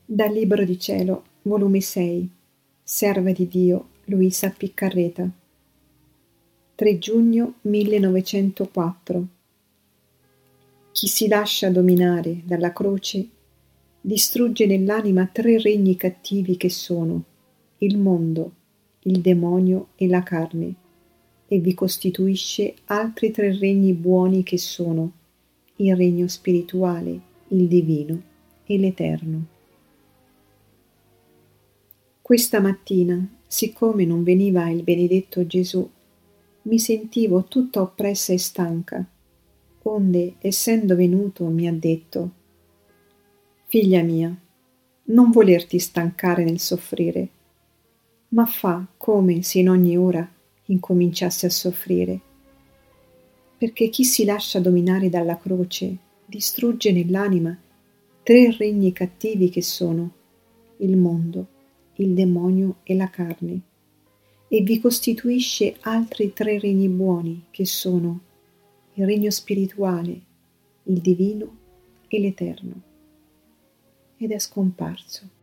Dal Libro di Cielo, volume 6, Serva di Dio, Luisa Piccarreta. 3 giugno 1904. Chi si lascia dominare dalla croce distrugge nell'anima 3 regni cattivi che sono il mondo, il demonio e la carne, e vi costituisce altri 3 regni buoni che sono il regno spirituale, il divino e l'eterno. Questa mattina, siccome non veniva il benedetto Gesù, mi sentivo tutta oppressa e stanca, onde, essendo venuto, mi ha detto: «Figlia mia, non volerti stancare nel soffrire, ma fa come se in ogni ora incominciasse a soffrire, perché chi si lascia dominare dalla croce distrugge nell'anima 3 regni cattivi che sono il mondo, il demonio e la carne, e vi costituisce altri 3 regni buoni che sono il regno spirituale, il divino e l'eterno». Ed è scomparso.